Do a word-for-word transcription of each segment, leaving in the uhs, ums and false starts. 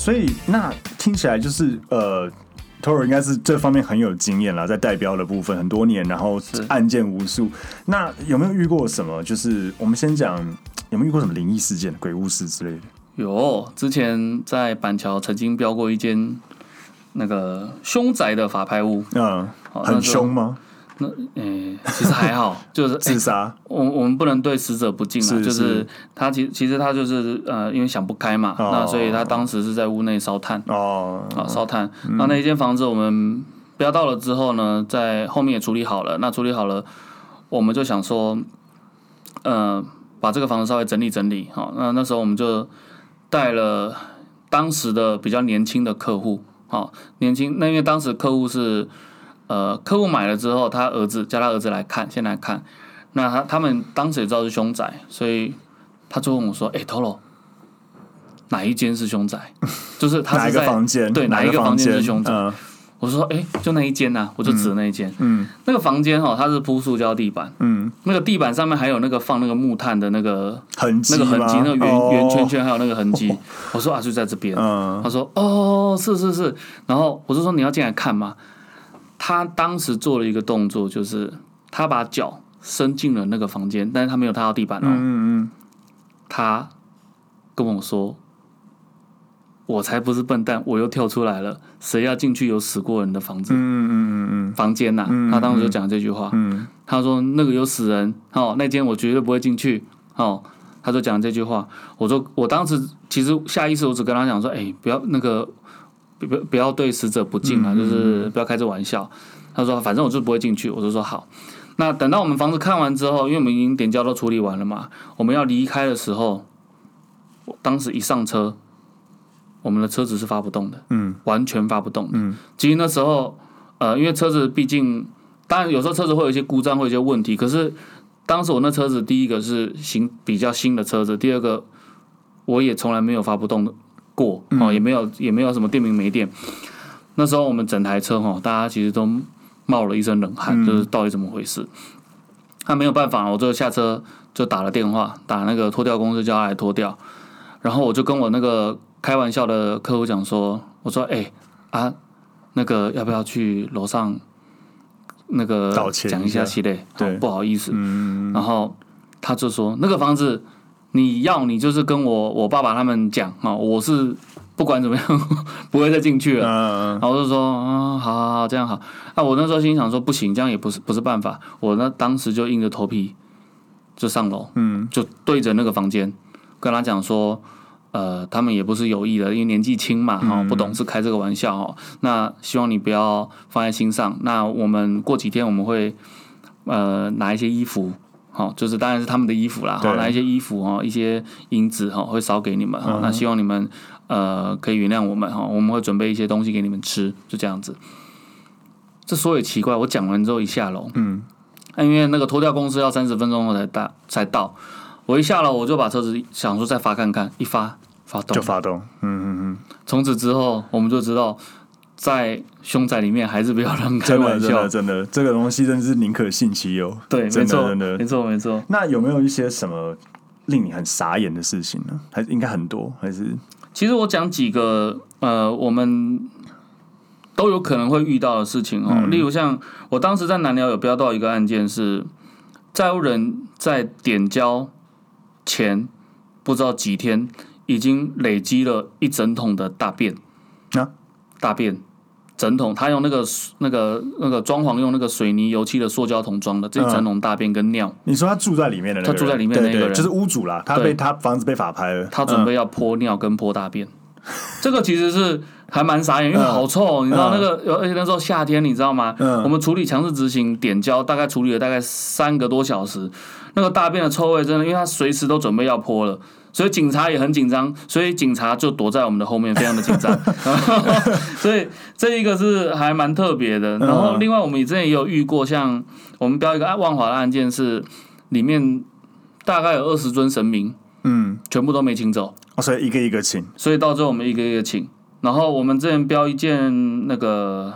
所以那听起来就是呃。Toro 应该是这方面很有经验啦，在代标的部分很多年，然后案件无数。那有没有遇过什么？就是我们先讲有没有遇过什么灵异事件、鬼故事之类的？ 有，之前在板桥曾经标过一间那个凶宅的法拍屋， 嗯，很凶吗？ 那诶、欸，其实还好，就是自杀、 欸。我我们不能对死者不敬啊，就是他其其实他就是呃，因为想不开嘛，哦、那所以他当时是在屋内烧炭哦，啊烧炭。嗯、那那一间房子我们标到了之后呢，在后面也处理好了。那处理好了，我们就想说，呃，把这个房子稍微整理整理。好，那那时候我们就带了当时的比较年轻的客户，好，年轻那因为当时客户是。呃，客户买了之后，他儿子叫他儿子来看，先来看。那他他们当时也知道是凶宅，所以他就问我说：“哎、欸、，Toro， 哪一间是凶宅？就是他是在哪一个房间？ 对，哪一个房间是凶宅？” 嗯、 我说：“哎、欸，就那一间呐、啊，我就指那一间。 嗯， 那个房间哈，它是铺塑胶地板，嗯，那个地板上面还有那个放那个木炭的那个痕迹， 那个痕迹，那个圆哦、 圆圈圈还有那个痕迹。我说啊，就在这边。嗯，他说：“哦，是是是。”然后我就说：“你要进来看吗？”他当时做了一个动作，就是他把脚伸进了那个房间，但是他没有踏到地板哦。嗯嗯他跟我说：“我才不是笨蛋，我又跳出来了，谁要进去有死过人的房子？”嗯嗯嗯房间呐、啊，嗯嗯他当时就讲这句话。嗯，他说那个有死人，哦，那间我绝对不会进去。哦，他就讲这句话。我说我当时其实下意识我只跟他讲说：“哎、欸，不要那个。”不不要对死者不敬啊，就是不要开这玩笑。他说反正我就不会进去，我就说好。那等到我们房子看完之后，因为我们已经点胶都处理完了嘛，我们要离开的时候，当时一上车，我们的车子是发不动的，嗯，完全发不动的。嗯，其实那时候，呃，因为车子毕竟，当然有时候车子会有一些故障，会有一些问题，可是当时我那车子第一个是新比较新的车子，第二个我也从来没有发不动的。过哦，也没有也没有什么电瓶没电。那时候我们整台车哈，大家其实都冒了一身冷汗，就是到底怎么回事？那没有办法，我就下车就打了电话，打那个拖吊公司叫他来拖吊。然后我就跟我那个开玩笑的客户讲说，我说哎、欸、啊，那个要不要去楼上那个讲一下系列？对，不好意思。嗯、然后他就说那个房子。你要你就是跟我我爸爸他们讲啊，我是不管怎么样不会再进去了。嗯、然后我就说啊，好好好，这样好。那、啊、我那时候心想说不行，这样也不是不是办法。我那当时就硬着头皮就上楼，嗯，就对着那个房间跟他讲说，呃，他们也不是有意的，因为年纪轻嘛，哈、嗯，不懂事开这个玩笑哈。那希望你不要放在心上。那我们过几天我们会呃拿一些衣服。好，就是当然是他们的衣服啦，好，拿一些衣服哈，一些银子哈，会烧给你们哈。嗯、那希望你们呃可以原谅我们哈，我们会准备一些东西给你们吃，就这样子。这说也奇怪，我讲完之后一下楼，嗯，因为那个拖吊公司要三十分钟后才到才到，我一下楼我就把车子想说再发看看，一发发动就发动，嗯嗯嗯。 从此之后我们就知道。在凶宅里面还是不要乱开玩笑， 真的真的真的，这个东西真的是宁可信其有。 对，没错，真的没错没错。 那有没有一些什么令你很傻眼的事情呢？还应该很多，还是？ 其实我讲几个呃，我们都有可能会遇到的事情哦。嗯、例如像我当时在南寮有标到一个案件是，债务人在点交前不知道几天，已经累积了一整桶的大便啊。大便，整桶，他用那个那个那个装潢用那个水泥油漆的塑胶桶装的，这一整桶大便跟尿。 你说他住在里面的那个人， 他住在里面的那个人， 对对就是屋主啦，他被他房子被法拍了， 他准备要泼尿跟泼大便，嗯、这个其实是还蛮傻眼，因为好臭，嗯、你知道那个，而且那时候夏天，你知道吗？嗯、我们处理强制执行点交，大概处理了大概三个多小时，那个大便的臭味真的，因为他随时都准备要泼了。所以警察也很紧张，所以警察就躲在我们的后面，非常的紧张。所以这一个是还蛮特别的。然后另外我们之前也有遇过，像我们标一个万华的案件是，里面大概有二十尊神明，嗯，全部都没请走， 哦，所以一个一个请。 所以到最后我们一个一个请。然后我们之前标一件那个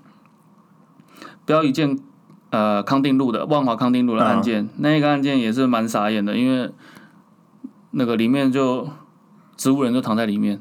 标一件呃康定路的万华康定路的案件，嗯、那个案件也是蛮傻眼的，因为。那个里面就植物人就躺在里面，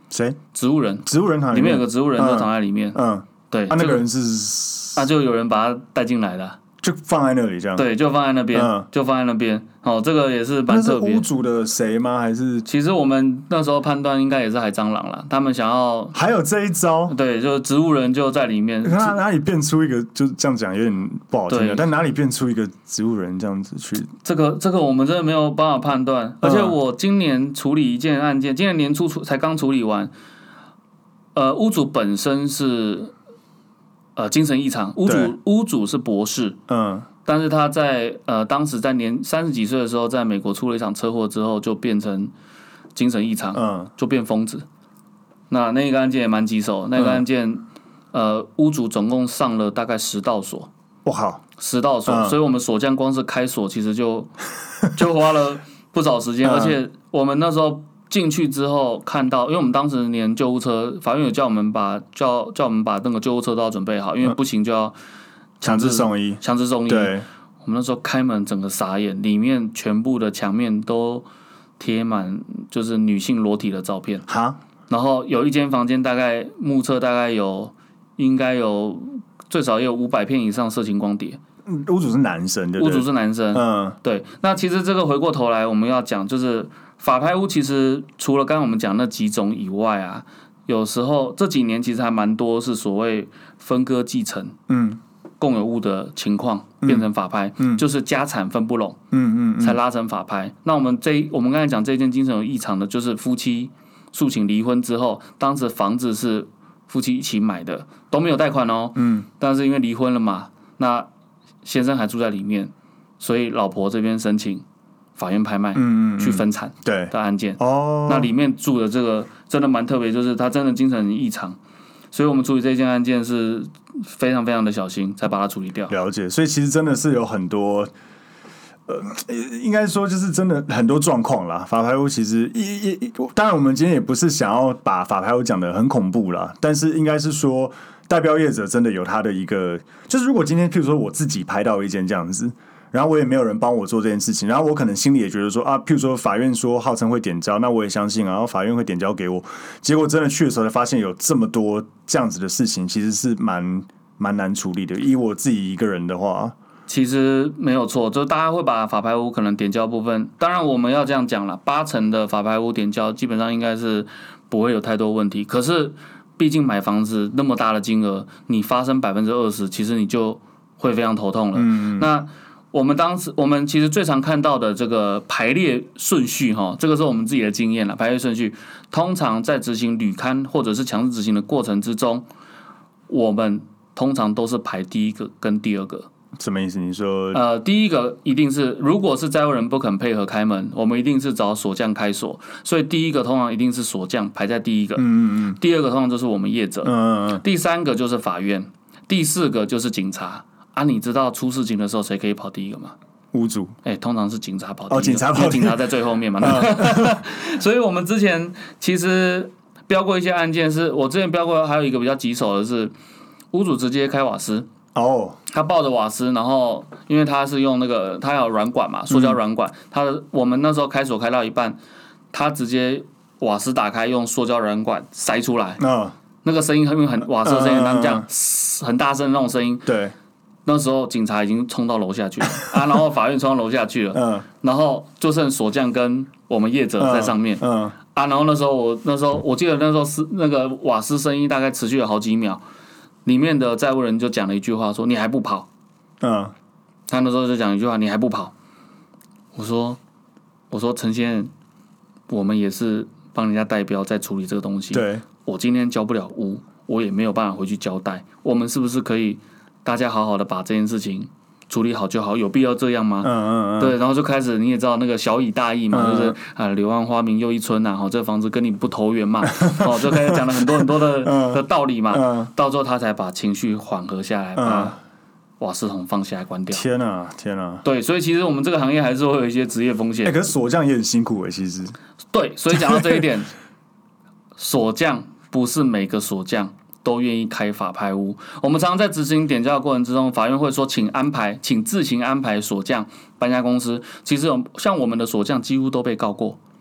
谁？ 植物人， 植物人躺里面有个植物人就躺在里面。 嗯， 对， 啊，那个人是啊，就有人把他带进来的， 就放在那里这样。 对，就放在那边，嗯、就放在那边。哦，这个也是蛮特别。 那是屋主的谁吗？还是？ 其实我们那时候判断应该也是海蟑螂啦，他们想要。 还有这一招。 对，就植物人就在里面。 看他哪里变出一个，就这样讲有点不好听的，但哪里变出一个植物人这样子去？ 这个这个我们真的没有办法判断。而且我今年处理一件案件，今年年初才刚处理完。呃，屋主本身是呃精神异常，屋主屋主是博士，嗯。但是他在呃当时在年三十几岁的时候，在美国出了一场车祸之后，就变成精神异常，嗯，就变疯子。那那个案件也蛮棘手，那个案件、嗯、呃屋主总共上了大概十道锁， 我靠， 十道锁、嗯，所以我们锁匠光是开锁其实就就花了不少时间、嗯，而且我们那时候进去之后看到，因为我们当时连救护车，法院有叫我们把叫叫我们把那个救护车都要准备好，因为不行就要。 强制送医， 强制送医。 对， 我们那时候开门，整个傻眼，里面全部的墙面都贴满就是女性裸体的照片。 哈， 然后有一间房间，大概目测大概有，应该有最少也有五百片以上色情光碟。 屋主是男生，对不对？ 屋主是男生，嗯，对。那其实这个回过头来，我们要讲就是法拍屋，其实除了刚刚我们讲那几种以外啊，有时候这几年其实还蛮多是所谓分割继承，嗯。共有物的情况变成法拍、嗯，就是家产分不拢，嗯嗯，才拉成法拍。那我们这我们刚才讲这件精神有异常的，就是夫妻诉请离婚之后，当时房子是夫妻一起买的，都没有贷款哦，嗯，但是因为离婚了嘛，那先生还住在里面，所以老婆这边申请法院拍卖，嗯嗯，去分产的案件。哦，那里面住的这个真的蛮特别，就是他真的精神异常。所以我们处理这件案件是非常非常的小心，才把它处理掉。 了解，所以其实真的是有很多，呃，应该说就是真的很多状况啦。法拍屋其实一一，当然我们今天也不是想要把法拍屋讲得很恐怖啦，但是应该是说代标业者真的有他的一个，就是如果今天譬如说我自己拍到一件这样子。然后我也没有人帮我做这件事情，然后我可能心里也觉得说啊，譬如说法院说号称会点交，那我也相信啊，然后法院会点交给我，结果真的去的时候才发现有这么多这样子的事情，其实是蛮蛮难处理的。以我自己一个人的话， 其实没有错，就是大家会把法拍屋可能点交部分，当然我们要这样讲啦，八成的法拍屋点交基本上应该是不会有太多问题，可是毕竟买房子那么大的金额，你发生百分之二十，其实你就会非常头痛了。嗯，那我们当时，我们其实最常看到的这个排列顺序，哈，这个是我们自己的经验了。排列顺序，通常在执行履勘或者是强制执行的过程之中，我们通常都是排第一个跟第二个。 什么意思？你说？ 呃，第一个一定是，如果是债务人不肯配合开门，我们一定是找锁匠开锁，所以第一个通常一定是锁匠排在第一个。嗯嗯嗯。第二个通常就是我们业者。嗯嗯嗯。第三个就是法院，第四个就是警察。啊，你知道出事情的时候谁可以跑第一个吗？ 屋主。 哎、欸，通常是警察跑第一个。 哦，警察跑第一个， 警察在最后面嘛。所以我们之前其实标过一些案件是，是我之前标过，还有一个比较棘手的是，屋主直接开瓦斯。哦。他抱着瓦斯，然后因为他是用那个，他有软管嘛，塑胶软管。嗯、他我们那时候开锁开到一半，他直接瓦斯打开，用塑胶软管塞出来。哦。那个声音因为很瓦斯的声音，他们讲很大声的那种声音。 对。 那时候警察已经冲到楼下去了啊，然后法院冲到楼下去了，嗯，然后就剩锁匠跟我们业者在上面，嗯，嗯啊，然后那时候我那时候我记得那时候是那个瓦斯声音大概持续了好几秒，里面的债务人就讲了一句话说：“你还不跑？”嗯，他那时候就讲一句话：“你还不跑？”我说：“我说陈先生，我们也是帮人家代标在处理这个东西， 对， 我今天交不了屋，我也没有办法回去交代，我们是不是可以？”大家好好的把这件事情处理好就好，有必要这样吗？嗯嗯嗯。对，然后就开始你也知道那个小以大义嘛，嗯、就是啊，柳暗花明又一村呐、啊，哦，这房子跟你不投缘嘛，哦，就开始讲了很多很多的、嗯、的道理嘛，嗯、到最后他才把情绪缓和下来，把瓦斯桶放下来关掉。 天哪、啊，天哪、啊！ 对，所以其实我们这个行业还是会有一些职业风险。 哎、欸，可是锁匠也很辛苦哎、欸，其实。 对，所以讲到这一点，锁匠不是每个锁匠都愿意开法拍屋。我们常常在执行点交的过程之中，法院会说请安排，请自行安排锁匠搬家公司。其实像我们的锁匠几乎都被告过。哦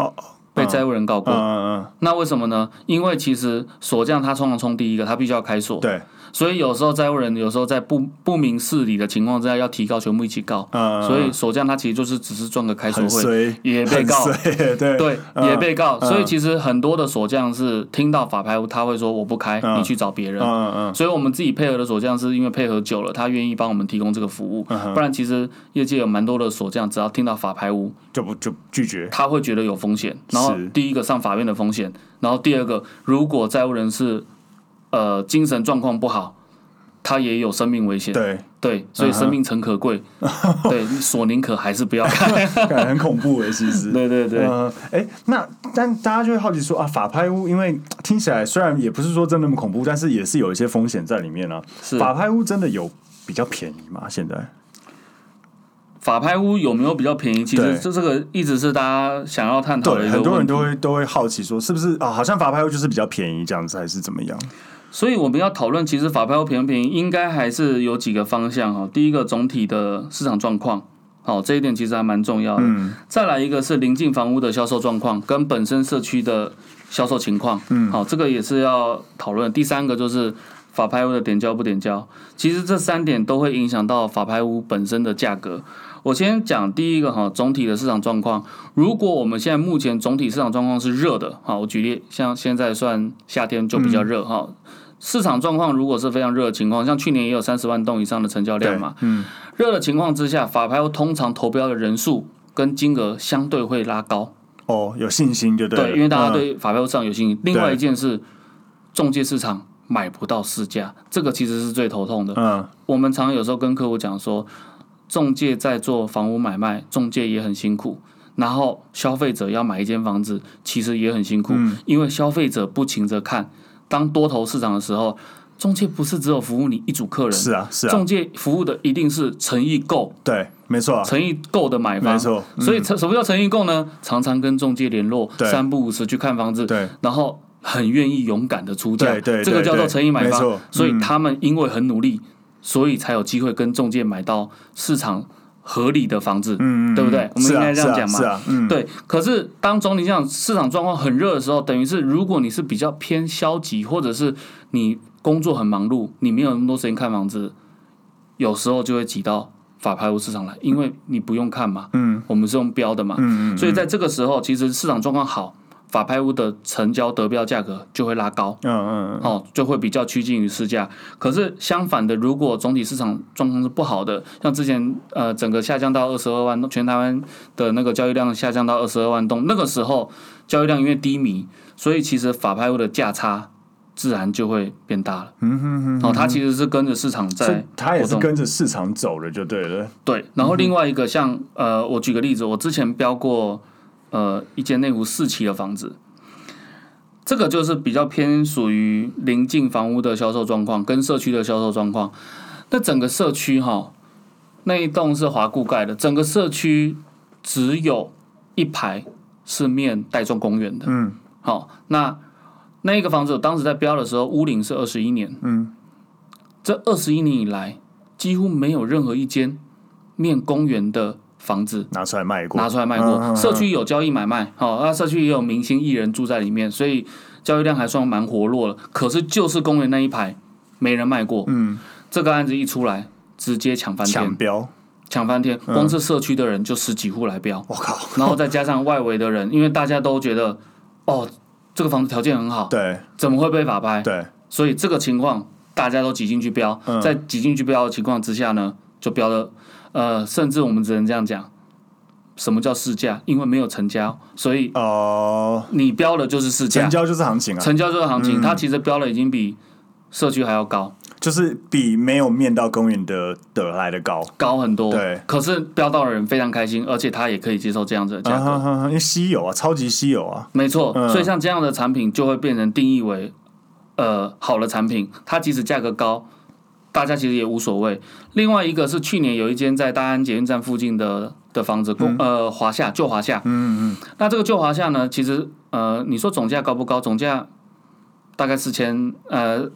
被债务人告过。 嗯嗯嗯。 那为什么呢？因为其实锁匠他通常冲第一个，他必须要开锁。 对。 所以有时候债务人有时候在不不明事理的情况之下要提告，全部一起告。嗯。所以锁匠他其实就是只是赚个开锁费，也被告。 对对，也被告。所以其实很多的锁匠是听到法拍屋，他会说我不开，你去找别人。嗯嗯。所以我们自己配合的锁匠是因为配合久了，他愿意帮我们提供这个服务。不然其实业界有蛮多的锁匠，只要听到法拍屋就不就拒绝， 他会觉得有风险。然后第一个上法院的风险，然后第二个，如果债务人是呃精神状况不好，他也有生命危险。 对对，所以生命诚可贵。对，锁宁可还是不要开， 很恐怖哎，其实。 对对对。 呃，哎，那但大家就会好奇说啊，法拍屋因为听起来虽然也不是说真的那么恐怖，但是也是有一些风险在里面啊。法拍屋真的有比较便宜吗？现在？ 法拍屋有没有比较便宜？其实这这个一直是大家想要探讨的一个问题。 很多人都会都会好奇说，是不是啊？好像法拍屋就是比较便宜这样子，还是怎么样？ 所以我们要讨论，其实法拍屋便不便宜，应该还是有几个方向哈。第一个，总体的市场状况，好，这一点其实还蛮重要的。嗯。再来一个是邻近房屋的销售状况，跟本身社区的销售情况。嗯。好，这个也是要讨论。第三个就是法拍屋的点交不点交，其实这三点都会影响到法拍屋本身的价格。我先讲第一个哈，总体的市场状况。如果我们现在目前总体市场状况是热的，好，我举例，像现在算夏天就比较热哈。嗯。市场状况如果是非常热的情况，像去年也有三十万栋以上的成交量嘛，嗯，热的情况之下，法拍屋通常投标的人数跟金额相对会拉高。 哦，有信心就对了。 对，因为大家对法拍屋市场有信心。嗯。另外一件是，仲介市场买不到市价，这个其实是最头痛的。嗯，我们常有时候跟客户讲说，仲介在做房屋买卖，仲介也很辛苦。然后消费者要买一间房子，其实也很辛苦，嗯，因为消费者不勤着看。当多头市场的时候，仲介不是只有服务你一组客人， 是啊是啊， 仲介服务的一定是诚意够， 对，没错， 诚意够的买方， 没错。 嗯。所以什么叫诚意够呢？常常跟仲介联络，三不五时去看房子，对，然后很愿意勇敢的出价， 对 对, 对， 这个叫做诚意买方。 嗯。 所以他们因为很努力，所以才有机会跟仲介买到市场合理的房子，嗯，对不对？我们应该这样讲嘛， 是啊，是啊，嗯， 对。可是当总体这样市场状况很热的时候，等于是如果你是比较偏消极，或者是你工作很忙碌，你没有那么多时间看房子，有时候就会挤到法拍屋市场来，因为你不用看嘛，嗯，我们是用标的嘛，嗯嗯，所以在这个时候，其实市场状况好，法拍屋的成交得标价格就会拉高，嗯嗯嗯，哦，就会比较趋近于市价。可是相反的，如果总体市场状况是不好的，像之前呃整个下降到二十二万栋，全台湾的那个交易量下降到二十二万栋，那个时候交易量因为低迷，所以其实法拍屋的价差自然就会变大了。嗯哼哼，哦，它其实是跟着市场在， 它也是跟着市场走的，就对了。 对，然后另外一个像呃，我举个例子，我之前标过。呃，一间内湖四期的房子，这个就是比较偏属于邻近房屋的销售状况跟社区的销售状况。那整个社区哈，那一栋是华固盖的，整个社区只有一排是面代众公园的。嗯，好，那那一个房子我当时在标的时候，屋龄是二十一年。嗯，这二十一年以来，几乎没有任何一间面公园的房子拿出来卖过， 拿出来卖过。嗯嗯嗯，社区有交易买卖，好，那社区也有明星艺人住在里面，所以交易量还算蛮活络的。可是就是公园那一排没人卖过，嗯，这个案子一出来，直接抢翻天， 抢标， 抢翻天，光是社区的人就十几户来标， 我靠， 然后再加上外围的人，因为大家都觉得，哦，这个房子条件很好， 对， 怎么会被法拍？ 对， 所以这个情况大家都挤进去标，嗯，在挤进去标的情况之下呢，就标了。呃，甚至我们只能这样讲，什么叫市价？因为没有成交，所以哦，你标的就是市价， 成交就是行情啊， 成交就是行情，嗯，它其实标的已经比社区还要高， 就是比没有面到公园的得来的高， 高很多。 对， 可是标到的人非常开心，而且他也可以接受这样子的价格， 啊，哈哈，因为稀有啊，超级稀有啊， 没错，嗯，所以像这样的产品就会变成定义为呃好的产品，它即使价格高。大家其实也无所谓。另外一个是去年有一间在大安捷运站附近的的房子，嗯，呃，华夏旧华夏，嗯嗯，那这个旧华夏呢，其实呃，你说总价高不高？总价大概四千，呃，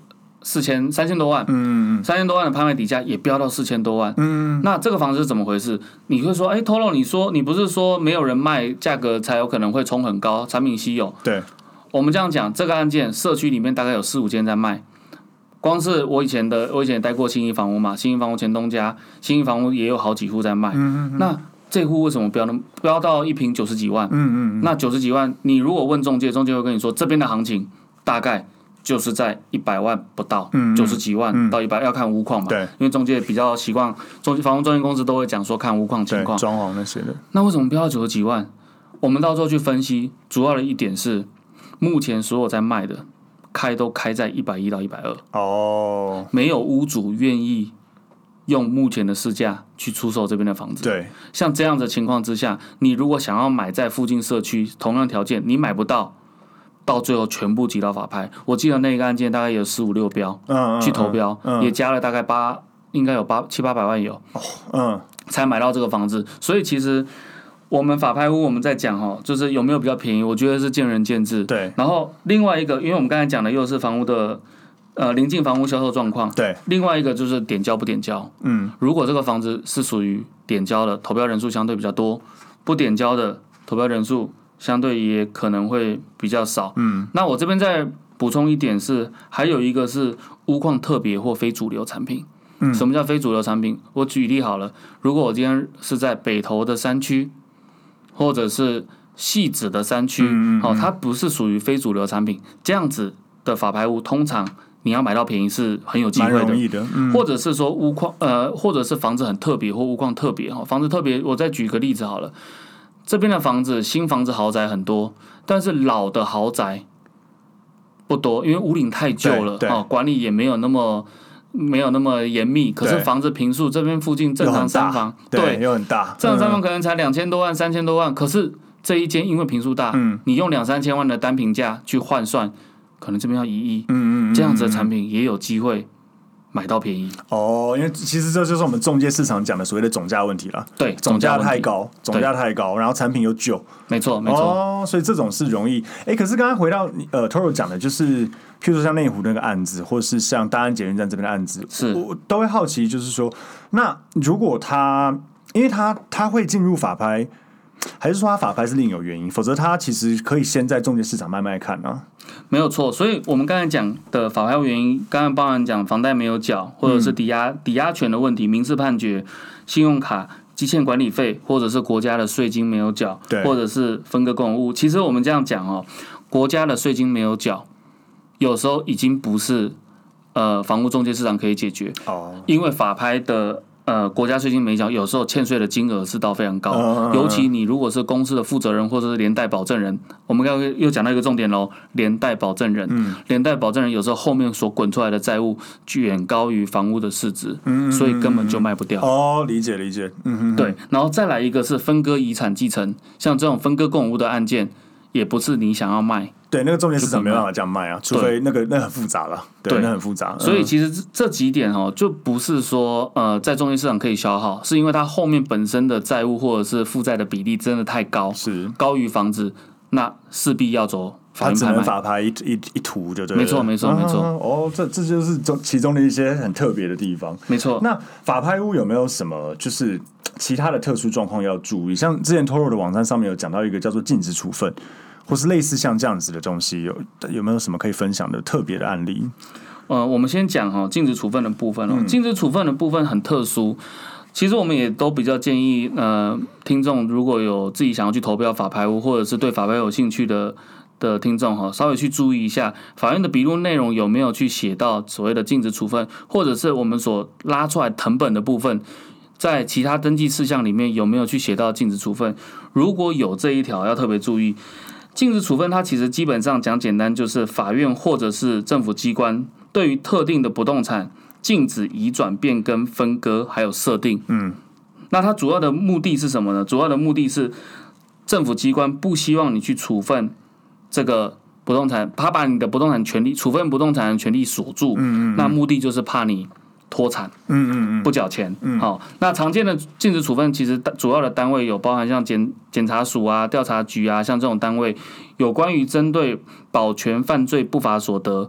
四千三千多万，嗯嗯三千多万的拍卖底价也飙到四千多万，嗯那这个房子是怎么回事？你会说，哎 ，Toro， 你说你不是说没有人卖，价格才有可能会冲很高，产品稀有？ 对， 我们这样讲，这个案件社区里面大概有四五间在卖，光是我以前的，我以前也待过信义房屋嘛，信义房屋前东家，信义房屋也有好几户在卖，嗯嗯嗯那这户为什么飙呢？飙到一坪九十几万，嗯嗯嗯那九十几万，你如果问中介，中介会跟你说这边的行情大概。就是在一百万不到，九十几万到一百，要看屋况嘛。 对， 因为中介比较习惯，中房屋中介公司都会讲说看屋况情况， 装潢那些的。 那为什么飙到九十几万？我们到时候去分析，主要的一点是，目前所有在卖的，开都开在一百一到一百二。哦，没有屋主愿意用目前的市价去出售这边的房子。 对， 像这样的情况之下，你如果想要买在附近社区，同样条件你买不到。到最后全部挤到法拍，我记得那个案件大概有十五六标，嗯，去投标，嗯，也加了大概八，应该有八七八百万有，哦，嗯，才买到这个房子。所以其实我们法拍屋我们在讲哈，就是有没有比较便宜，我觉得是见仁见智。 对。 然后另外一个，因为我们刚才讲的又是房屋的呃临近房屋销售状况， 对。 另外一个就是点交不点交，嗯，如果这个房子是属于点交的，投标人数相对比较多；不点交的，投标人数。相对也可能会比较少。嗯，那我这边再补充一点是，还有一个是屋况特别或非主流产品。嗯，什么叫非主流产品？我举例好了，如果我今天是在北投的山区，或者是汐止的山区，嗯嗯嗯哦，它不是属于非主流产品，这样子的法拍屋，通常你要买到便宜是很有机会的， 蛮容易的。嗯， 或者是说屋况呃，或者是房子很特别或屋况特别哈，房子特别，我再举个例子好了。这边的房子，新房子豪宅很多，但是老的豪宅不多，因为屋龄太旧了，哦，管理也没有那么没有那么严密。可是房子坪数这边附近正常三房， 对，又很大， 正常三房可能才两千多万、三千多万，可是这一间因为坪数大，嗯，你用两三千万的单坪价去换算，可能这边要一亿，嗯嗯，这样子的产品也有机会。买到便宜哦，因为其实这就是我们中介市场讲的所谓的总价问题了。 对， 总价太高，总价太高，然后产品又旧， 没错没错。 哦，所以这种是容易。哎，可是刚刚回到呃 Toro 讲的，就是譬如说像内湖那个案子，或是像大安捷运站这边的案子， 是我都会好奇，就是说，那如果他，因为他他会进入法拍。还是说他法拍是另有原因，否则他其实可以先在中介市场卖卖看啊。 没有错，所以我们刚才讲的法拍原因，刚刚包含讲房贷没有缴，或者是抵押、嗯、抵押权的问题、民事判决、信用卡、基欠管理费，或者是国家的税金没有缴，或者是分割共有物。其实我们这样讲哦，国家的税金没有缴，有时候已经不是呃房屋中介市场可以解决哦，因为法拍的。呃，国家税金没缴，有时候欠税的金额是到非常高，嗯、尤其你如果是公司的负责人或者是连带保证人，我们刚刚又讲到一个重点喽，连带保证人，嗯、连带保证人有时候后面所滚出来的债务远高于房屋的市值，嗯、所以根本就卖不掉。 哦，理解理解，嗯哼哼对，然后再来一个是分割遗产继承，像这种分割共有物的案件，也不是你想要卖。 对，那个中介市场没办法这样卖啊，除非那个那很复杂了，对，那很复杂。 所以其实这几点哦，就不是说呃在中介市场可以消耗，是因为它后面本身的债务或者是负债的比例真的太高，是高于房子，那势必要走法院拍卖。 它只能法拍一一一图就对了。 没错，没错，没错。 哦，这这就是中其中的一些很特别的地方。 没错。 那法拍屋有没有什么就是其他的特殊状况要注意？像之前 Toro 的网站上面有讲到一个叫做禁止处分。或是类似像这样子的东西，有有没有什么可以分享的特别的案例？ 呃，我们先讲哈禁止处分的部分哦。禁止处分的部分很特殊，其实我们也都比较建议呃听众如果有自己想要去投标法拍屋，或者是对法拍有兴趣的的听众哈，稍微去注意一下法院的笔录内容有没有去写到所谓的禁止处分，或者是我们所拉出来誊本的部分。在其他登记事项里面有没有去写到禁止处分？如果有这一条，要特别注意。禁止处分，它其实基本上讲简单，就是法院或者是政府机关对于特定的不动产禁止移转、变更、分割，还有设定。嗯，那它主要的目的是什么呢？主要的目的是政府机关不希望你去处分这个不动产，他把你的不动产权利处分不动产的权利锁住。嗯嗯，那目的就是怕你脱产，嗯嗯嗯，不缴钱，嗯，好，那常见的禁止处分其实主要的单位有包含像检检察署啊、调查局啊，像这种单位有关于针对保全犯罪不法所得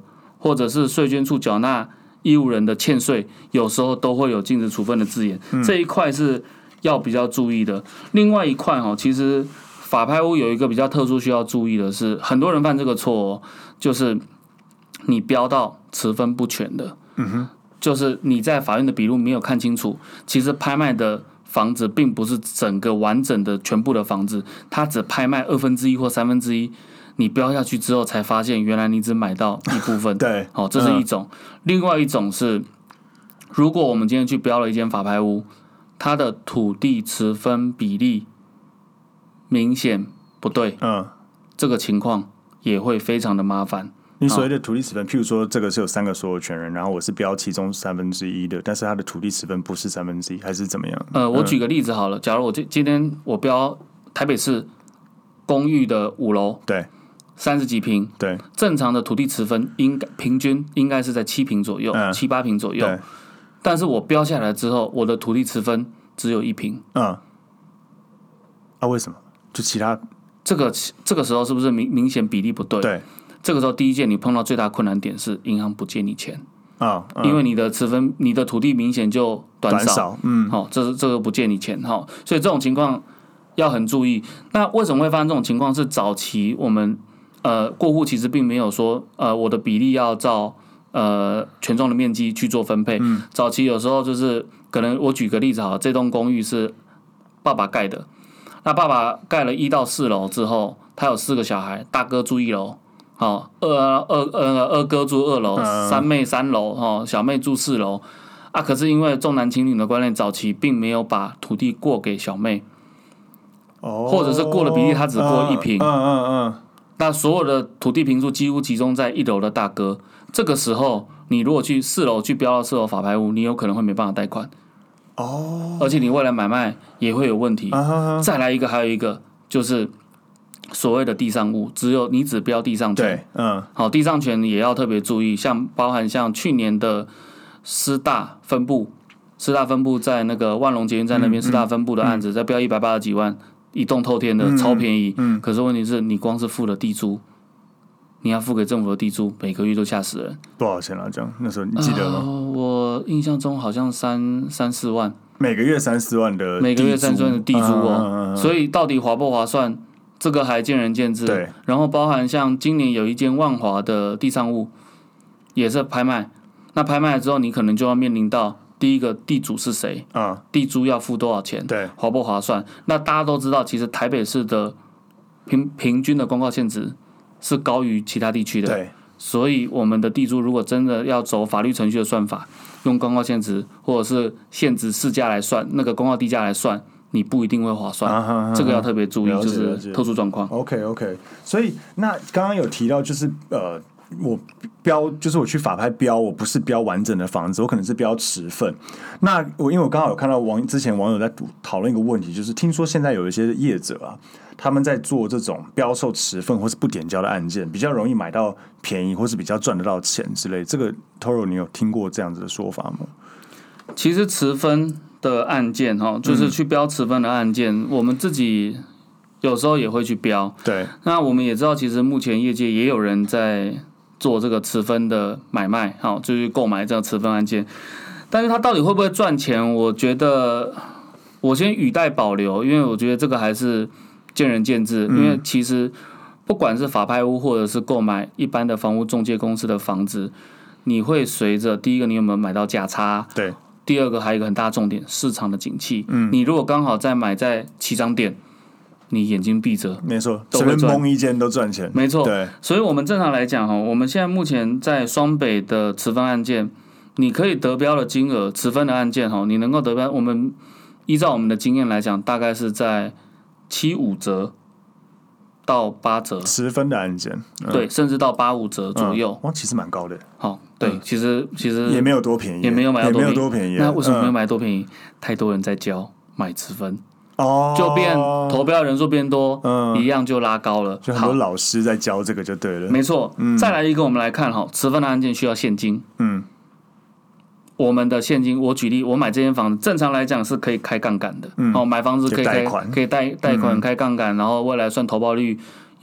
或者是税捐处缴纳义务人的欠税，有时候都会有禁止处分的字眼，嗯、这一块是要比较注意的。另外一块哈，其实法拍屋有一个比较特殊需要注意的是，很多人犯这个错哦，就是你标到持分不全的， 嗯哼， 就是你在法院的笔录没有看清楚，其实拍卖的房子并不是整个完整的全部的房子，它只拍卖二分之一或三分之一。你标下去之后才发现，原来你只买到一部分。 对， 好、哦，这是一种。嗯、另外一种是，如果我们今天去标了一间法拍屋，它的土地持分比例明显不对， 嗯， 这个情况也会非常的麻烦。 你所谓的土地持分，譬如说这个是有三个所有权人，然后我是标其中三分之一的，但是他的土地持分不是三分之一，还是怎么样？ 呃，我举个例子好了，假如我今今天我标台北市公寓的五楼， 对。 三十几坪， 对， 正常的土地持分应该平均应该是在七坪左右，嗯、七八坪左右。但是我标下来之后，我的土地持分只有一坪。 嗯，啊，为什么？就其他这个这个时候是不是明明显比例不对？ 对， 这个时候第一件你碰到最大困难点是银行不借你钱啊、嗯， 因为你的持分，你的土地明显就短少， 短少嗯， 好、哦，这是这个不借你钱，好、哦，所以这种情况要很注意。那为什么会发生这种情况？是早期我们。呃，过户其实并没有说，呃，我的比例要照呃权状的面积去做分配。嗯、早期有时候就是可能我举个例子好了，这栋公寓是爸爸盖的，那爸爸盖了一到四楼之后，他有四个小孩，大哥住一楼，好、哦，二二呃二哥住二楼，嗯、三妹三楼，哦，小妹住四楼。啊，可是因为重男轻女的观念，早期并没有把土地过给小妹， 哦， 或者是过了比例，他只过一坪。 嗯嗯嗯。 那所有的土地坪数几乎集中在一楼的大哥，这个时候你如果去四楼去标到四楼法拍屋，你有可能会没办法贷款哦， 而且你未来买卖也会有问题。 啊、 再来一个，还有一个就是所谓的地上物，只有你只标地上权， 对，嗯， 好，地上权也要特别注意，像包含像去年的师大分部，师大分部在那个万隆捷运站那边，师、嗯、大分部的案子，在标一百八十几万。一栋透天的、嗯、超便宜，嗯、可是问题是你光是付了地租，你要付给政府的地租，每个月都吓死人。 多少钱啊？这样那时候你记得吗？ 呃、我印象中好像三三四万， 每个月三四万的地租， 每个月三四万的地租哦。 嗯嗯嗯、 所以到底划不划算，这个还见仁见智。 对。 然后包含像今年有一间万华的地上物，也是拍卖，那拍卖之后，你可能就要面临到。第一个地主是谁？ 嗯， 地租要付多少钱？ 对， 划不划算？那大家都知道，其实台北市的平平均的公告限值是高于其他地区的。 对， 所以我们的地租如果真的要走法律程序的算法，用公告限值或者是限值市价来算，那个公告地价来算，你不一定会划算。啊、这个要特别注意，就是特殊状况。 OK OK， 所以那刚刚有提到就是呃。我标就是我去法拍标，我不是标完整的房子，我可能是标持份。那我因为我刚好有看到网之前网友在讨论一个问题，就是听说现在有一些业者啊，他们在做这种标售持份或是不点交的案件，比较容易买到便宜，或是比较赚得到钱之类。这个 Toro 你有听过这样子的说法吗？ 其实持分的案件哈，就是去标持分的案件，嗯、我们自己有时候也会去标。 对， 那我们也知道，其实目前业界也有人在。做这个持分的买卖，好，就是购买这个持分案件，但是他到底会不会赚钱？我觉得我先语带保留，因为我觉得这个还是见仁见智。嗯、因为其实不管是法拍屋或者是购买一般的房屋中介公司的房子，你会随着第一个你有没有买到价差， 对， 第二个还有一个很大的重点，市场的景气。嗯，你如果刚好在买在起涨点。你眼睛闭着， 没错，随便蒙一间都赚钱， 没错。 对， 所以我们正常来讲哈，我们现在目前在双北的持分案件，你可以得标的金额，持分的案件哈，你能够得标，我们依照我们的经验来讲，大概是在七五折到八折， 持分的案件， 嗯、对，甚至到八五折左右， 哇、嗯，其实蛮高的。 好，对，嗯、其实其实也没有多便宜， 也没有买到多便宜， 多便宜。 那为什么没有买多便宜？嗯、太多人在交买持分。 哦， 就变投标人数变多，嗯，一样就拉高了。 就很多老师在教这个就对了。 没错，嗯，再来一个，我们来看哈，持分的案件需要现金，嗯，我们的现金，我举例，我买这间房子，正常来讲是可以开杠杆的，嗯，哦，买房子可以开，可以贷贷款开杠杆，然后未来算投报率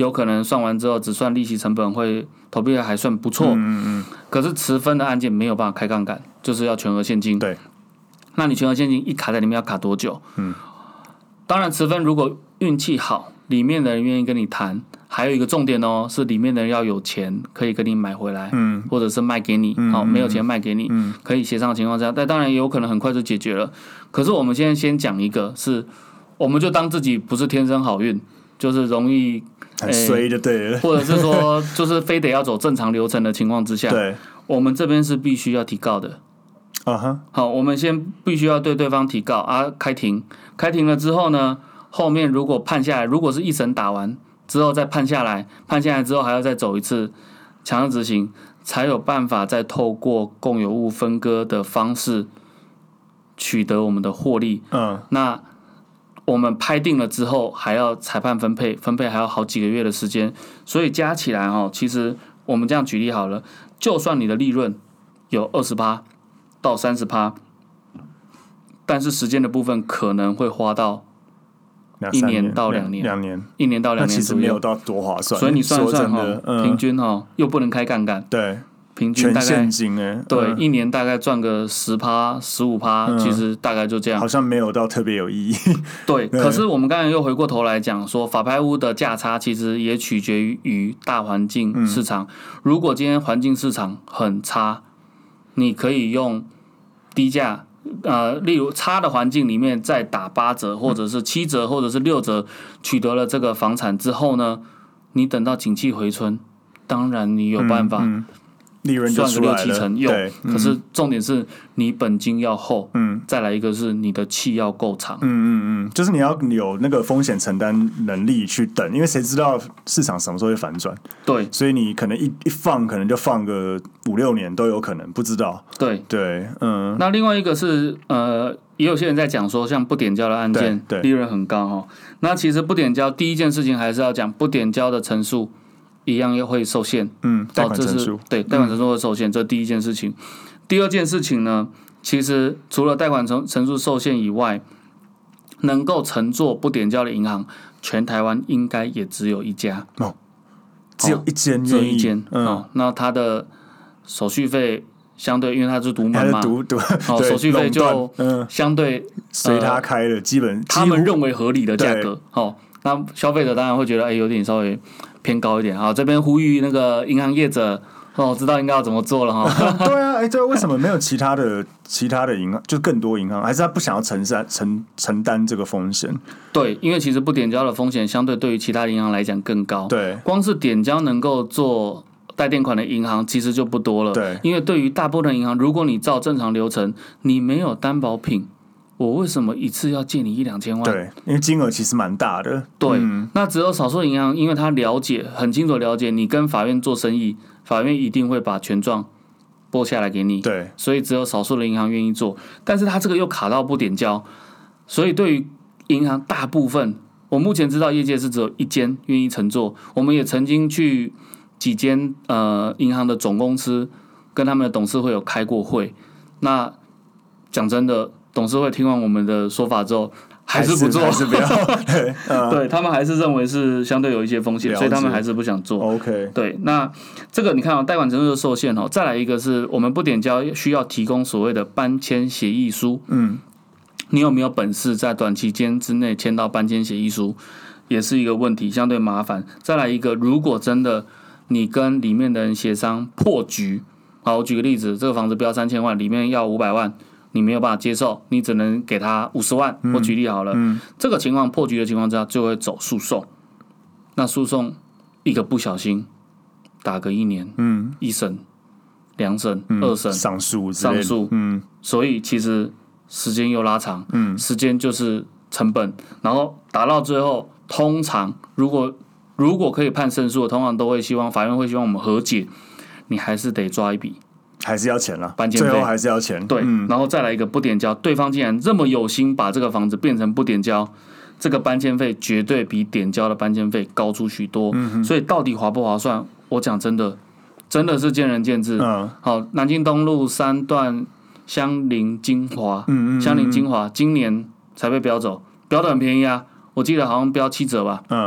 有可能算完之后只算利息成本会投币还算不错，嗯嗯嗯。可是持分的案件没有办法开杠杆，就是要全额现金。 对。 那你全额现金一卡在里面要卡多久？嗯。当然，持分如果运气好，里面的人愿意跟你谈，还有一个重点哦，是里面的人要有钱，可以跟你买回来，嗯，或者是卖给你，好、嗯，没有钱卖给你，嗯，可以协商的情况下，但当然也有可能很快就解决了。可是我们现在先讲一个是，我们就当自己不是天生好运，就是容易很衰就对了， 或者是说就是非得要走正常流程的情况之下， 对， 我们这边是必须要提告的。 啊哈， 好，我们先必须要对对方提告啊，开庭，开庭了之后呢，后面如果判下来，如果是一审打完之后再判下来，判下来之后还要再走一次强制执行，才有办法再透过共有物分割的方式取得我们的获利。嗯，那我们拍定了之后，还要裁判分配，分配还要好几个月的时间，所以加起来哈，其实我们这样举例好了，就算你的利润有 百分之二十 到 百分之三十， 但是时间的部分可能会花到一年到两年， 两年， 一年到两年左右， 那其实没有到多划算。 所以你算算哈， 嗯、 平均哈又不能开杠杆， 对， 平均大概全现金哎， 对， 嗯、 一年大概赚个十趴、十五趴，其实大概就这样， 好像没有到特别有意义。 对，可是我们刚才又回过头来讲说，法拍屋的价差其实也取决于大环境市场。嗯、如果今天环境市场很差，你可以用低价。呃，例如差的环境里面再打八折，或者是七折，或者是六折，取得了这个房产之后呢，你等到景气回春，当然你有办法利润就赚个六七成用。可是重点是你本金要厚， 嗯， 再来一个是你的气要够长， 嗯嗯嗯，就是你要有那个风险承担能力去等，因为谁知道市场什么时候会反转？ 对， 所以你可能一一放，可能就放个五六年都有可能，不知道。 对对，嗯。 那另外一个是呃，也有些人在讲说，像不点交的案件利润很高哈。那其实不点交第一件事情还是要讲不点交的成数。一样又会受限， 嗯，贷款成数， 对，贷款成数会受限，嗯、这第一件事情。第二件事情呢，其实除了贷款成成数受限以外，能够承做不点交的银行，全台湾应该也只有一家， 哦，只有一间， 只有一间，嗯、哦，那它的手续费相对，因为它是独门嘛， 独独， 哦，手续费就相对随他开了，基本他们认为合理的价格，哦，那消费者当然会觉得，哎，有点稍微偏高一点啊。这边呼吁那个银行业者，哦，知道应该要怎么做了哈。 对啊，哎，对，为什么没有其他的其他的银行，就更多银行，还是他不想要承担承承担这个风险？ 对，因为其实不点交的风险相对对于其他的银行来讲更高。 对， 光是点交能够做贷垫款的银行其实就不多了。 对， 因为对于大部分银行，如果你照正常流程，你没有担保品。我为什么一次要借你一两千万？ 对，因为金额其实蛮大的。 对，嗯、那只有少数银行，因为他了解很清楚了解你跟法院做生意，法院一定会把权状拨下来给你。 对， 所以只有少数的银行愿意做，但是他这个又卡到不点交，所以对于银行大部分，我目前知道业界是只有一间愿意承做。我们也曾经去几间呃银行的总公司跟他们的董事会有开过会，那讲真的。董事会听完我们的说法之后，还是不做， 还是不要。对， 呃、对他们还是认为是相对有一些风险，所以他们还是不想做。 OK， 对，那这个你看哦，贷款成数的受限哦，再来一个是我们不点交需要提供所谓的搬迁协议书。嗯，你有没有本事在短期间之内签到搬迁协议书，也是一个问题，相对麻烦。再来一个，如果真的你跟里面的人协商破局，好，我举个例子，这个房子标三千万，里面要五百万。你没有办法接受，你只能给他五十万。我举例好了，嗯嗯、这个情况破局的情况之下，就会走诉讼。那诉讼一个不小心打个一年，嗯，一审、两审、嗯、二审、 上诉、 上诉，嗯，所以其实时间又拉长，嗯，时间就是成本。然后打到最后，通常如果如果可以判胜诉，通常都会希望法院会希望我们和解，你还是得抓一笔。 还是要钱了， 搬迁费最后还是要钱。 对，嗯、然后再来一个不点交，对方竟然这么有心把这个房子变成不点交，这个搬迁费绝对比点交的搬迁费高出许多。嗯、所以到底划不划算？我讲真的，真的是见仁见智。嗯、好，南京东路三段香菱精华，嗯嗯香菱精华今年才被标走，标的很便宜啊，我记得好像标七折吧。嗯，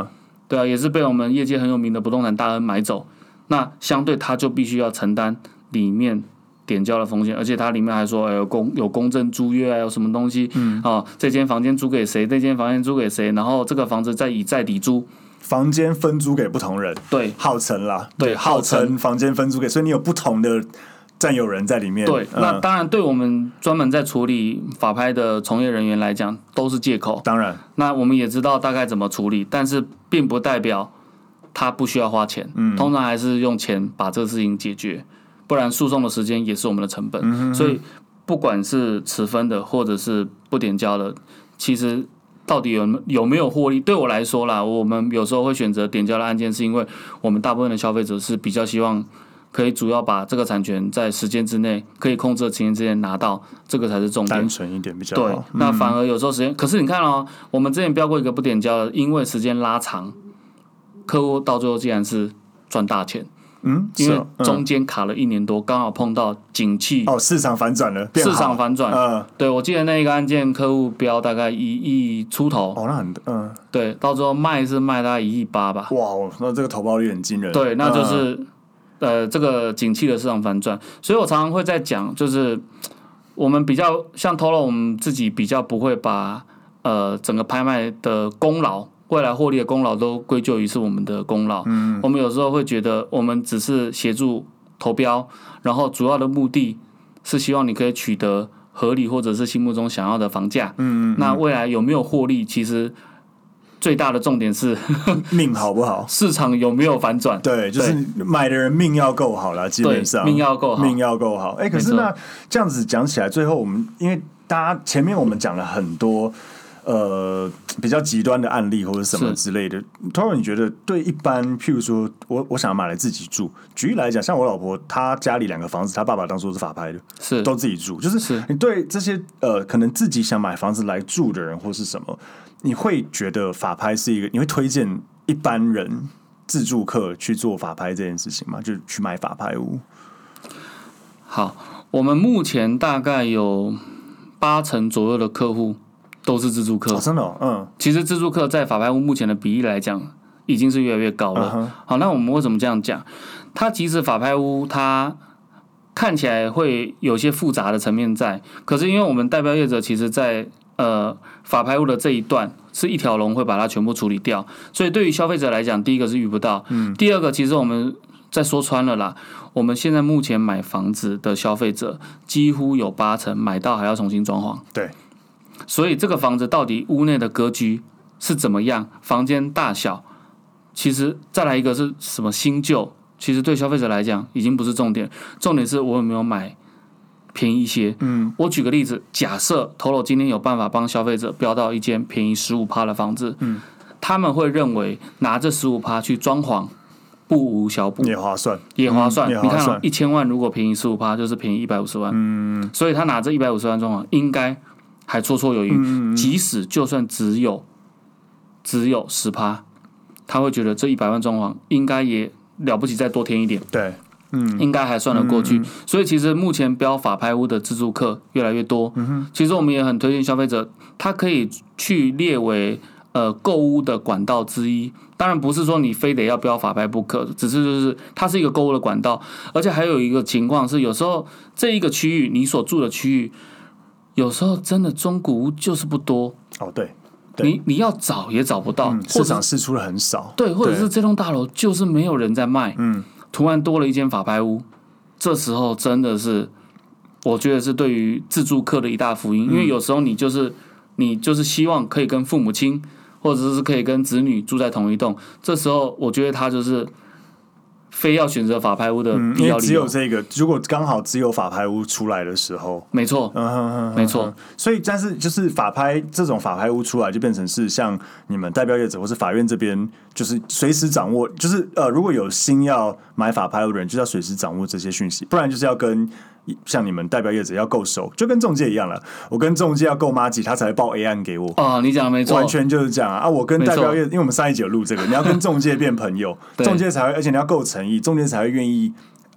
对啊，也是被我们业界很有名的不动产大亨买走，那相对他就必须要承担里面点交的风险，而且它里面还说、哎、有公有公证租约啊，有什么东西，嗯，哦，这间房间租给谁，这间房间租给谁，然后这个房子再以再抵租。 房间分租给不同人， 对， 号称啦， 对， 号称房间分租给，所以你有不同的占有人在里面。 对， 嗯、 那当然，对我们专门在处理法拍的从业人员来讲，都是借口。 当然， 那我们也知道大概怎么处理，但是并不代表他不需要花钱。嗯，通常还是用钱把这个事情解决，不然诉讼的时间也是我们的成本。嗯、所以，不管是持分的或者是不点交的，其实。到底有有没有获利？对我来说啦，我们有时候会选择点交的案件，是因为我们大部分的消费者是比较希望可以主要把这个产权在时间之内可以控制的时间之内拿到，这个才是重点。 单纯一点比较好。 对，那反而有时候时间，嗯、可是你看哦，我们之前标过一个不点交的，因为时间拉长，客户到最后竟然是赚大钱。 嗯， 因为中间卡了一年多，刚好碰到景气哦，市场反转了， 市场反转。 嗯， 对，我记得那一个案件，客户标大概一亿出头， 哦，那很嗯， 对，到最后卖是卖大概一亿八吧。 哇，那这个投报率很惊人。 对，那就是、嗯、呃，这个景气的市场反转，所以我常常会在讲，就是我们比较像Toro，我们自己比较不会把呃整个拍卖的功劳。未来获利的功劳都归咎于是我们的功劳。嗯，我们有时候会觉得，我们只是协助投标，然后主要的目的是希望你可以取得合理或者是心目中想要的房价。嗯, 嗯, 嗯，那未来有没有获利，其实最大的重点是命好不好， 市场有没有反转。 对，就是买的人命要够好啦，基本上命要够好， 命要够好。哎、欸，可是那这样子讲起来，最后我们因为大家前面我们讲了很多。呃，比较极端的案例或者什么之类的 ，Toro， 你觉得对一般，譬如说我我想要买来自己住，举例来讲，像我老婆她家里两个房子，她爸爸当初是法拍的， 是都自己住，就是你对这些呃可能自己想买房子来住的人或是什么，你会觉得法拍是一个，你会推荐一般人自住客去做法拍这件事情吗？就去买法拍屋？ 好，我们目前大概有八成左右的客户。都是自住客、 哦，真的、哦，嗯， 其实自住客在法拍屋目前的比例来讲，已经是越来越高了。Uh-huh. 好，那我们为什么这样讲？它即使法拍屋它看起来会有些复杂的层面在，可是因为我们代标业者其实在呃法拍屋的这一段是一条龙会把它全部处理掉，所以对于消费者来讲，第一个是遇不到，嗯，第二个其实我们再说穿了啦，我们现在目前买房子的消费者几乎有八成买到还要重新装潢， 对。 所以这个房子到底屋内的格局是怎么样，房间大小，其实再来一个是什么新旧，其实对消费者来讲已经不是重点，重点是我有没有买便宜一些。嗯，我举个例子，假设Toro今天有办法帮消费者标到一间便宜 百分之十五 的房子，嗯，他们会认为拿这 百分之十五 去装潢不无小补， 也划算， 也划算。 嗯、 你看、哦，一千万如果便宜 百分之十五 就是便宜一百五十万，嗯，所以他拿这一百五十万装潢应该还绰绰有余，嗯、即使就算只有只有 百分之十， 他会觉得这一百万装潢应该也了不起，再多添一点， 对，嗯， 应该还算得过去。嗯、所以其实目前标法拍屋的自住客越来越多，嗯、其实我们也很推荐消费者，他可以去列为呃购屋的管道之一。当然不是说你非得要标法拍不可，只是就是它是一个购屋的管道，而且还有一个情况是，有时候这一个区域你所住的区域。有时候真的中古屋就是不多哦，对， 对你你要找也找不到， 嗯、市场释出的很少， 对，或者是这栋大楼就是没有人在卖，嗯，突然多了一间法拍屋，这时候真的是，我觉得是对于自住客的一大福音，嗯、因为有时候你就是你就是希望可以跟父母亲或者是可以跟子女住在同一栋，这时候我觉得他就是非要选择法拍屋的必要理由， 嗯、因为只有这个，如果刚好只有法拍屋出来的时候， 没错， 嗯哼哼哼没错。 所以，但是就是法拍这种法拍屋出来，就变成是像你们代标业者或是法院这边，就是随时掌握，就是呃，如果有心要买法拍屋的人，就是要随时掌握这些讯息，不然就是要跟。像你们代标业者要够熟，就跟仲介一样了。我跟仲介要够麻吉，他才会报 A 案给我。 哦，你讲的没错， 完全就是这样 啊！啊我跟代标业，因为我们上一集有录这个，你要跟仲介变朋友，仲介才会，而且你要够诚意，仲介才会愿意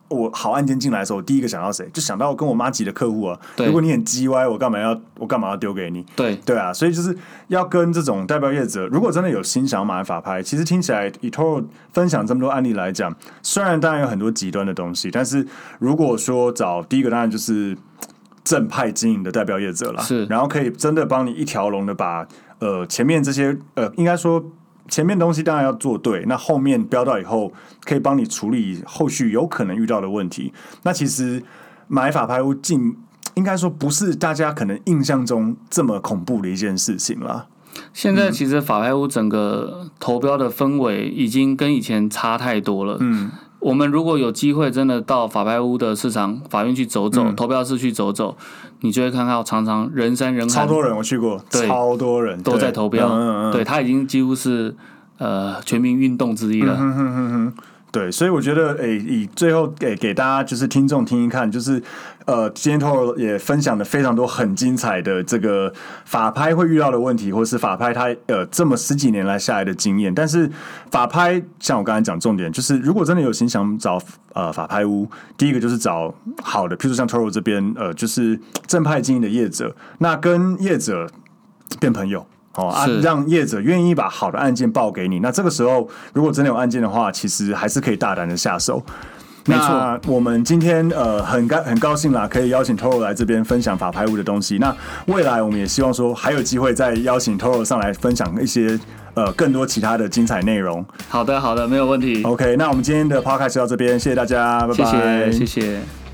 我好案件进来的时候，我第一个想到谁？就想到跟我妈急的客户啊。如果你很鸡歪，我干嘛要我干嘛要丢给你？ 对对啊，所以就是要跟这种代表业者，如果真的有心想要买法拍，其实听起来以 Toro 分享这么多案例来讲，虽然当然有很多极端的东西，但是如果说找第一个当然就是正派经营的代表业者啦， 是， 然后可以真的帮你一条龙的把呃前面这些呃应该说。前面东西当然要做对，那后面标到以后可以帮你处理后续有可能遇到的问题。那其实买法拍屋进，应该说不是大家可能印象中这么恐怖的一件事情啦。 现在其实法拍屋整个投标的氛围已经跟以前差太多了。嗯，我们如果有机会真的到法拍屋的市场法院去走走，嗯、投标室去走走，你就会看到常常人山人海， 超多人，我去过，超多人都在投标。 嗯嗯嗯对，它已经几乎是呃全民运动之一了。 嗯哼哼哼对，所以我觉得，诶、欸，以最后给给大家就是听众听一看，就是呃，今天 Toro 也分享了非常多很精彩的这个法拍会遇到的问题，或是法拍它呃这么十几年来下来的经验。但是法拍像我刚才讲重点，就是如果真的有心想找呃法拍屋，第一个就是找好的，譬如像 Toro 这边呃就是正派经营的业者，那跟业者变朋友。哦啊，让业者愿意把好的案件报给你。那这个时候，如果真的有案件的话，其实还是可以大胆的下手。 没错， 我们今天呃很高很高兴啦，可以邀请 Toro 来这边分享法拍屋的东西。那未来我们也希望说还有机会再邀请 Toro 上来分享一些呃更多其他的精彩内容。 好的，好的，没有问题。 OK， 那我们今天的 Podcast 就到这边，谢谢大家，拜拜， 谢谢，谢谢。